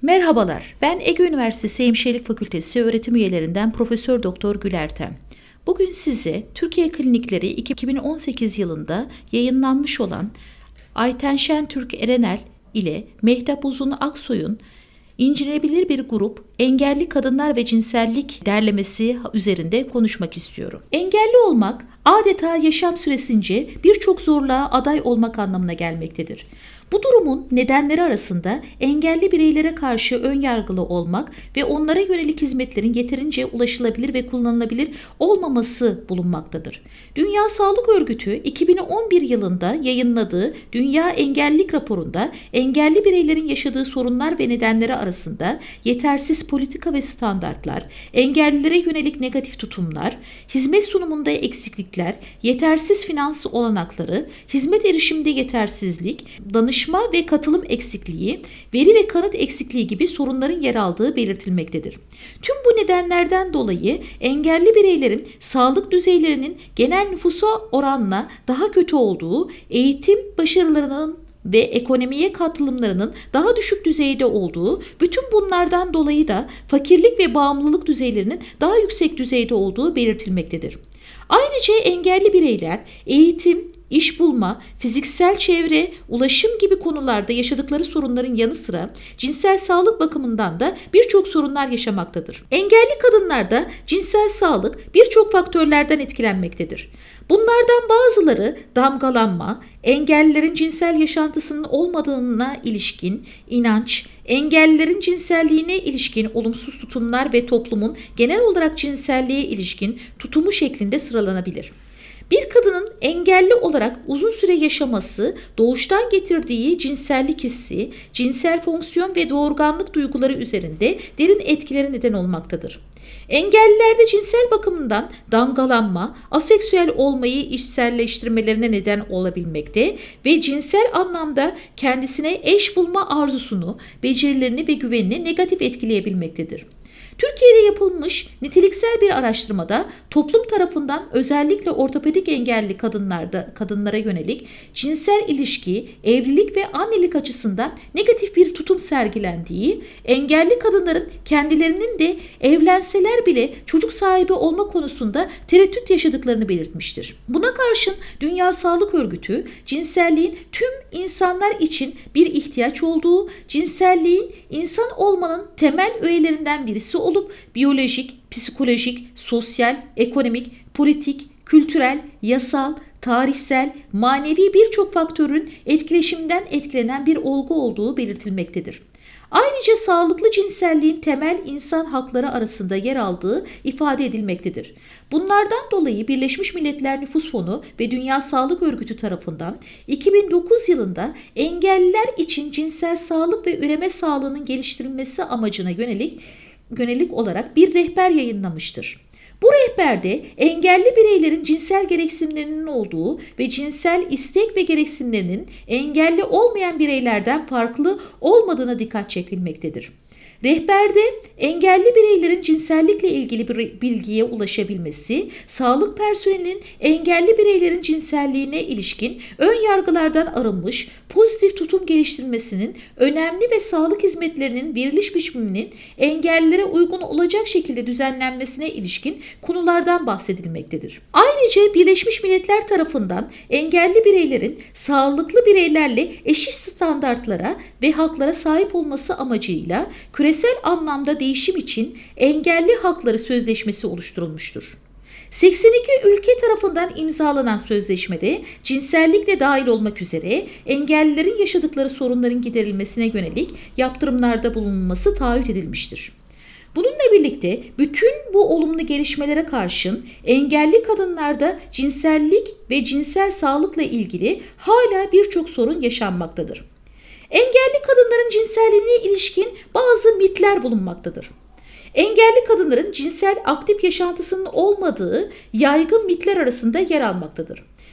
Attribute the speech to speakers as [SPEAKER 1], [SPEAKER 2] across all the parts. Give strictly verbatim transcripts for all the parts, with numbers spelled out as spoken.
[SPEAKER 1] Merhabalar, ben Ege Üniversitesi Hemşirelik Fakültesi öğretim üyelerinden Profesör Doktor Gül Ertem. Bugün size Türkiye Klinikleri iki bin on sekiz yılında yayınlanmış olan Ayten Şentürk Erenel ile Mehtap Uzun Aksoy'un İncelenebilir Bir Grup Engelli Kadınlar ve Cinsellik derlemesi üzerinde konuşmak istiyorum. Engelli olmak adeta yaşam süresince birçok zorluğa aday olmak anlamına gelmektedir. Bu durumun nedenleri arasında engelli bireylere karşı önyargılı olmak ve onlara yönelik hizmetlerin yeterince ulaşılabilir ve kullanılabilir olmaması bulunmaktadır. Dünya Sağlık Örgütü iki bin on bir yılında yayınladığı Dünya Engellilik raporunda engelli bireylerin yaşadığı sorunlar ve nedenleri arasında yetersiz politika ve standartlar, engellilere yönelik negatif tutumlar, hizmet sunumunda eksiklikler, yetersiz finans olanakları, hizmet erişiminde yetersizlik, danışma ve katılım eksikliği, veri ve kanıt eksikliği gibi sorunların yer aldığı belirtilmektedir. Tüm bu nedenlerden dolayı engelli bireylerin sağlık düzeylerinin genel nüfusa oranla daha kötü olduğu, eğitim başarılarının ve ekonomiye katılımlarının daha düşük düzeyde olduğu, bütün bunlardan dolayı da fakirlik ve bağımlılık düzeylerinin daha yüksek düzeyde olduğu belirtilmektedir. Ayrıca engelli bireyler eğitim, İş bulma, fiziksel çevre, ulaşım gibi konularda yaşadıkları sorunların yanı sıra cinsel sağlık bakımından da birçok sorunlar yaşamaktadır. Engelli kadınlarda cinsel sağlık birçok faktörlerden etkilenmektedir. Bunlardan bazıları damgalanma, engellilerin cinsel yaşantısının olmadığına ilişkin inanç, engellilerin cinselliğine ilişkin olumsuz tutumlar ve toplumun genel olarak cinselliğe ilişkin tutumu şeklinde sıralanabilir. Bir kadının engelli olarak uzun süre yaşaması, doğuştan getirdiği cinsellik hissi, cinsel fonksiyon ve doğurganlık duyguları üzerinde derin etkilere neden olmaktadır. Engellilerde cinsel bakımından damgalanma, aseksüel olmayı içselleştirmelerine neden olabilmekte ve cinsel anlamda kendisine eş bulma arzusunu, becerilerini ve güvenini negatif etkileyebilmektedir. Türkiye'de yapılmış niteliksel bir araştırmada toplum tarafından özellikle ortopedik engelli kadınlarda kadınlara yönelik cinsel ilişki, evlilik ve annelik açısından negatif bir tutum sergilendiği, engelli kadınların kendilerinin de evlenseler bile çocuk sahibi olma konusunda tereddüt yaşadıklarını belirtmiştir. Buna karşın Dünya Sağlık Örgütü cinselliğin tüm insanlar için bir ihtiyaç olduğu, cinselliğin insan olmanın temel öğelerinden birisi olup biyolojik, psikolojik, sosyal, ekonomik, politik, kültürel, yasal, tarihsel, manevi birçok faktörün etkileşiminden etkilenen bir olgu olduğu belirtilmektedir. Ayrıca sağlıklı cinselliğin temel insan hakları arasında yer aldığı ifade edilmektedir. Bunlardan dolayı Birleşmiş Milletler Nüfus Fonu ve Dünya Sağlık Örgütü tarafından iki bin dokuz yılında engelliler için cinsel sağlık ve üreme sağlığının geliştirilmesi amacına yönelik yönelik olarak bir rehber yayınlamıştır. Bu rehberde engelli bireylerin cinsel gereksinimlerinin olduğu ve cinsel istek ve gereksinimlerinin engelli olmayan bireylerden farklı olmadığına dikkat çekilmektedir. Rehberde engelli bireylerin cinsellikle ilgili bir bilgiye ulaşabilmesi, sağlık personelinin engelli bireylerin cinselliğine ilişkin ön yargılardan arınmış, pozitif tutum geliştirmesinin önemli ve sağlık hizmetlerinin veriliş biçiminin engellilere uygun olacak şekilde düzenlenmesine ilişkin konulardan bahsedilmektedir. Ayrıca Birleşmiş Milletler tarafından engelli bireylerin sağlıklı bireylerle eşit standartlara ve haklara sahip olması amacıyla küresel anlamda değişim için Engelli Hakları Sözleşmesi oluşturulmuştur. seksen iki ülke tarafından imzalanan sözleşmede cinsellikle dahil olmak üzere engellilerin yaşadıkları sorunların giderilmesine yönelik yaptırımlarda bulunulması taahhüt edilmiştir. Bununla birlikte bütün bu olumlu gelişmelere karşın engelli kadınlarda cinsellik ve cinsel sağlıkla ilgili hala birçok sorun yaşanmaktadır. Engelli kadınların cinselliğine ilişkin bazı mitler bulunmaktadır. Engelli kadınların cinsel aktif yaşantısının olmadığı yaygın mitler arasında yer almaktadır.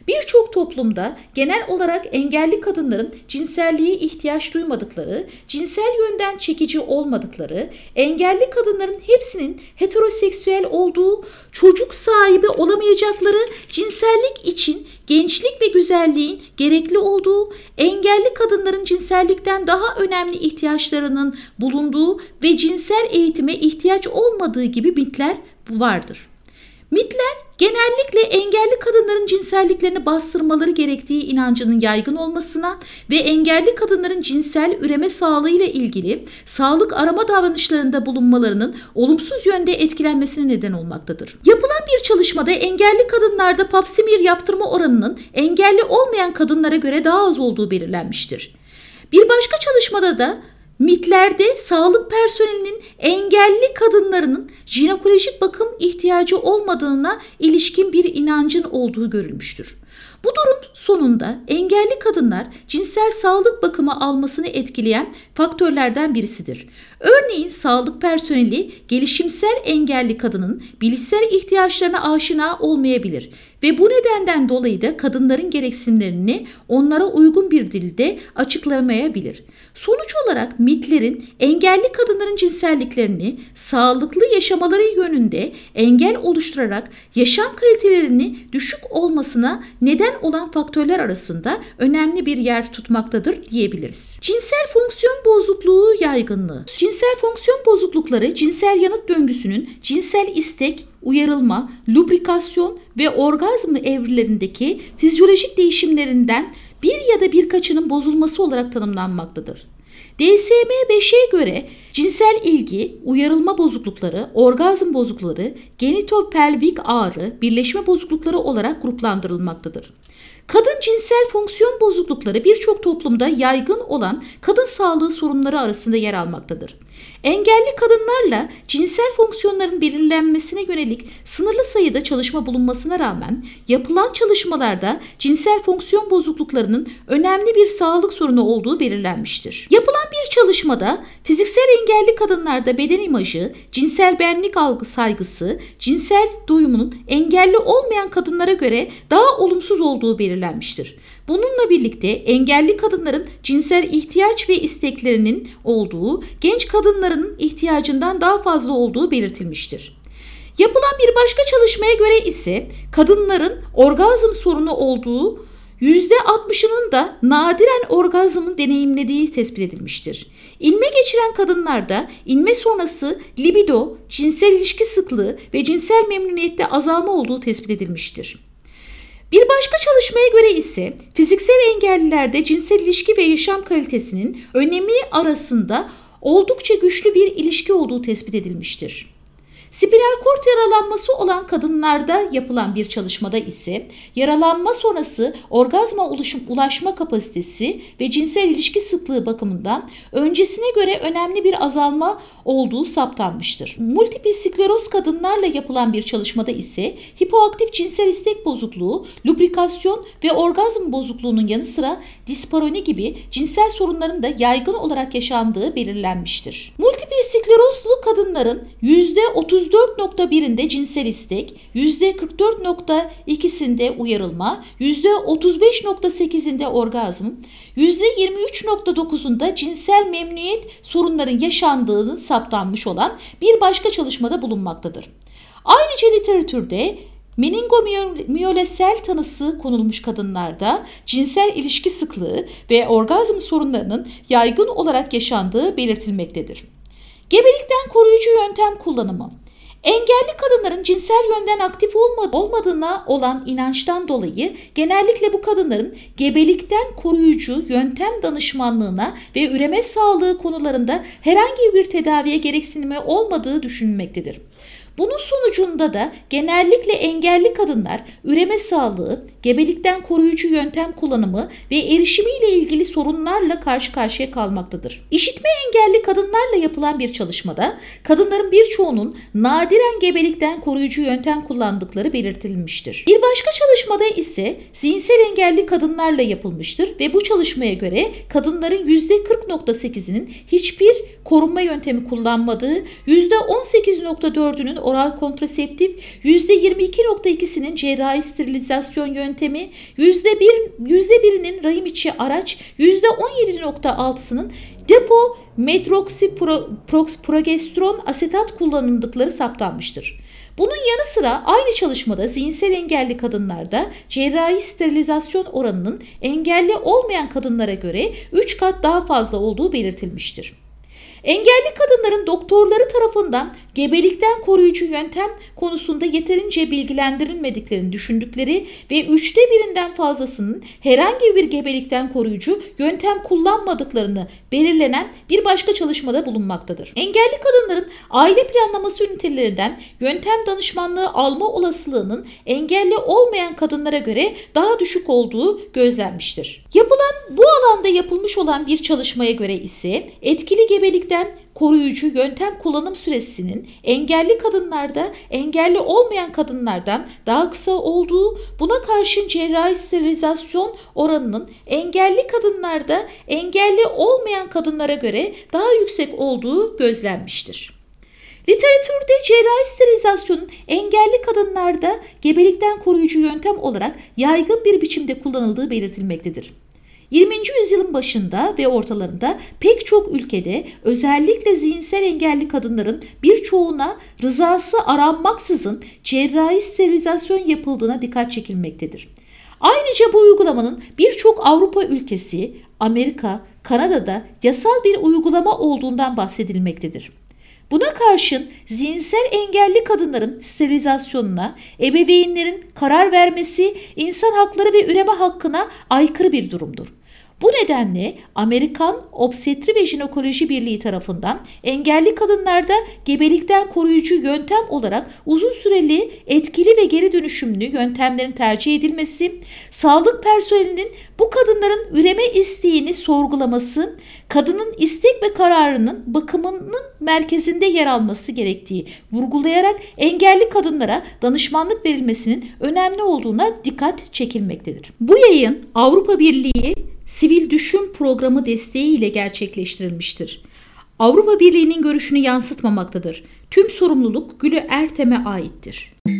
[SPEAKER 1] Birçok toplumda genel olarak engelli kadınların cinselliğe ihtiyaç duymadıkları, cinsel yönden çekici olmadıkları, engelli kadınların hepsinin heteroseksüel olduğu, çocuk sahibi olamayacakları, cinsellik için gençlik ve güzelliğin gerekli olduğu, engelli kadınların cinsellikten daha önemli ihtiyaçlarının bulunduğu ve cinsel eğitime ihtiyaç olmadığı gibi mitler vardır. Mitler genellikle engelli kadınların cinselliklerini bastırmaları gerektiği inancının yaygın olmasına ve engelli kadınların cinsel üreme sağlığı ile ilgili sağlık arama davranışlarında bulunmalarının olumsuz yönde etkilenmesine neden olmaktadır. Yapılan bir çalışmada engelli kadınlarda pap smear yaptırma oranının engelli olmayan kadınlara göre daha az olduğu belirlenmiştir. Bir başka çalışmada da mitlerde sağlık personelinin engelli kadınlarının jinekolojik bakım ihtiyacı olmadığına ilişkin bir inancın olduğu görülmüştür. Bu durum sonunda engelli kadınlar cinsel sağlık bakımı almasını etkileyen faktörlerden birisidir. Örneğin sağlık personeli gelişimsel engelli kadının bilişsel ihtiyaçlarına aşina olmayabilir ve bu nedenden dolayı da kadınların gereksinimlerini onlara uygun bir dilde açıklamayabilir. Sonuç olarak mitlerin engelli kadınların cinselliklerini sağlıklı yaşamaları yönünde engel oluşturarak yaşam kalitelerini düşük olmasına neden olan faktörler arasında önemli bir yer tutmaktadır diyebiliriz. Cinsel fonksiyon bozukluğu yaygınlığı. Cinsel fonksiyon bozuklukları cinsel yanıt döngüsünün cinsel istek, uyarılma, lubrikasyon ve orgazm evrelerindeki fizyolojik değişimlerinden bir ya da birkaçının bozulması olarak tanımlanmaktadır. D S M beşe göre cinsel ilgi, uyarılma bozuklukları, orgazm bozuklukları, genitopelvik ağrı, birleşme bozuklukları olarak gruplandırılmaktadır. Kadın cinsel fonksiyon bozuklukları birçok toplumda yaygın olan kadın sağlığı sorunları arasında yer almaktadır. Engelli kadınlarla cinsel fonksiyonların belirlenmesine yönelik sınırlı sayıda çalışma bulunmasına rağmen yapılan çalışmalarda cinsel fonksiyon bozukluklarının önemli bir sağlık sorunu olduğu belirlenmiştir. Yapılan bir çalışmada fiziksel engelli kadınlarda beden imajı, cinsel benlik algı saygısı, cinsel doyumunun engelli olmayan kadınlara göre daha olumsuz olduğu belirlenmiştir. Bununla birlikte engelli kadınların cinsel ihtiyaç ve isteklerinin olduğu, genç kadınların ihtiyacından daha fazla olduğu belirtilmiştir. Yapılan bir başka çalışmaya göre ise kadınların orgazm sorunu olduğu, yüzde altmışının da nadiren orgazmı deneyimlediği tespit edilmiştir. İnme geçiren kadınlarda inme sonrası libido, cinsel ilişki sıklığı ve cinsel memnuniyette azalma olduğu tespit edilmiştir. Bir başka çalışmaya göre ise fiziksel engellilerde cinsel ilişki ve yaşam kalitesinin önemi arasında oldukça güçlü bir ilişki olduğu tespit edilmiştir. Spinal kort yaralanması olan kadınlarda yapılan bir çalışmada ise yaralanma sonrası orgazma ulaşma kapasitesi ve cinsel ilişki sıklığı bakımından öncesine göre önemli bir azalma olduğu saptanmıştır. Multiple skleroz kadınlarla yapılan bir çalışmada ise hipoaktif cinsel istek bozukluğu, lubrikasyon ve orgazm bozukluğunun yanı sıra disparoni gibi cinsel sorunların da yaygın olarak yaşandığı belirlenmiştir. Multiple sklerozlu kadınların yüzde otuz dört nokta birinde cinsel istek, yüzde kırk dört nokta ikisinde uyarılma, yüzde otuz beş nokta sekizinde orgazm, yüzde yirmi üç nokta dokuzunda cinsel memnuniyet sorunların yaşandığını saptanmış olan bir başka çalışmada bulunmaktadır. Ayrıca literatürde meningomiyolesel tanısı konulmuş kadınlarda cinsel ilişki sıklığı ve orgazm sorunlarının yaygın olarak yaşandığı belirtilmektedir. Gebelikten koruyucu yöntem kullanımı. Engelli kadınların cinsel yönden aktif olmadığına olan inançtan dolayı genellikle bu kadınların gebelikten koruyucu yöntem danışmanlığına ve üreme sağlığı konularında herhangi bir tedaviye gereksinimi olmadığı düşünülmektedir. Bunun sonucunda da genellikle engelli kadınlar üreme sağlığı, gebelikten koruyucu yöntem kullanımı ve erişimiyle ilgili sorunlarla karşı karşıya kalmaktadır. İşitme engelli kadınlarla yapılan bir çalışmada kadınların birçoğunun nadiren gebelikten koruyucu yöntem kullandıkları belirtilmiştir. Bir başka çalışmada ise zihinsel engelli kadınlarla yapılmıştır ve bu çalışmaya göre kadınların yüzde kırk nokta sekizinin hiçbir korunma yöntemi kullanmadığı, yüzde on sekiz nokta dördünün oral kontraseptif, yüzde yirmi iki nokta ikisinin cerrahi sterilizasyon yöntemi, yüzde birinin rahim içi araç, yüzde on yedi nokta altısının depo medroksiprogesteron asetat kullanıldıkları saptanmıştır. Bunun yanı sıra aynı çalışmada zihinsel engelli kadınlarda cerrahi sterilizasyon oranının engelli olmayan kadınlara göre üç kat daha fazla olduğu belirtilmiştir. Engelli kadınların doktorları tarafından gebelikten koruyucu yöntem konusunda yeterince bilgilendirilmediklerini düşündükleri ve üçte birinden fazlasının herhangi bir gebelikten koruyucu yöntem kullanmadıklarını belirlenen bir başka çalışmada bulunmaktadır. Engelli kadınların aile planlaması ünitelerinden yöntem danışmanlığı alma olasılığının engelli olmayan kadınlara göre daha düşük olduğu gözlenmiştir. Yapılan bu alanda yapılmış olan bir çalışmaya göre ise etkili gebelikten koruyucu yöntem kullanım süresinin engelli kadınlarda engelli olmayan kadınlardan daha kısa olduğu, buna karşın cerrahi sterilizasyon oranının engelli kadınlarda engelli olmayan kadınlara göre daha yüksek olduğu gözlenmiştir. Literatürde cerrahi sterilizasyonun engelli kadınlarda gebelikten koruyucu yöntem olarak yaygın bir biçimde kullanıldığı belirtilmektedir. yirminci yüzyılın başında ve ortalarında pek çok ülkede özellikle zihinsel engelli kadınların birçoğuna rızası aranmaksızın cerrahi sterilizasyon yapıldığına dikkat çekilmektedir. Ayrıca bu uygulamanın birçok Avrupa ülkesi, Amerika, Kanada'da yasal bir uygulama olduğundan bahsedilmektedir. Buna karşın zihinsel engelli kadınların sterilizasyonuna ebeveynlerin karar vermesi insan hakları ve üreme hakkına aykırı bir durumdur. Bu nedenle Amerikan Obstetri ve Jinekoloji Birliği tarafından engelli kadınlarda gebelikten koruyucu yöntem olarak uzun süreli, etkili ve geri dönüşümlü yöntemlerin tercih edilmesi, sağlık personelinin bu kadınların üreme isteğini sorgulaması, kadının istek ve kararının bakımının merkezinde yer alması gerektiği vurgulayarak engelli kadınlara danışmanlık verilmesinin önemli olduğuna dikkat çekilmektedir. Bu yayın Avrupa Birliği Sivil Düşün Programı desteği ile gerçekleştirilmiştir. Avrupa Birliği'nin görüşünü yansıtmamaktadır. Tüm sorumluluk Gülü Ertem'e aittir.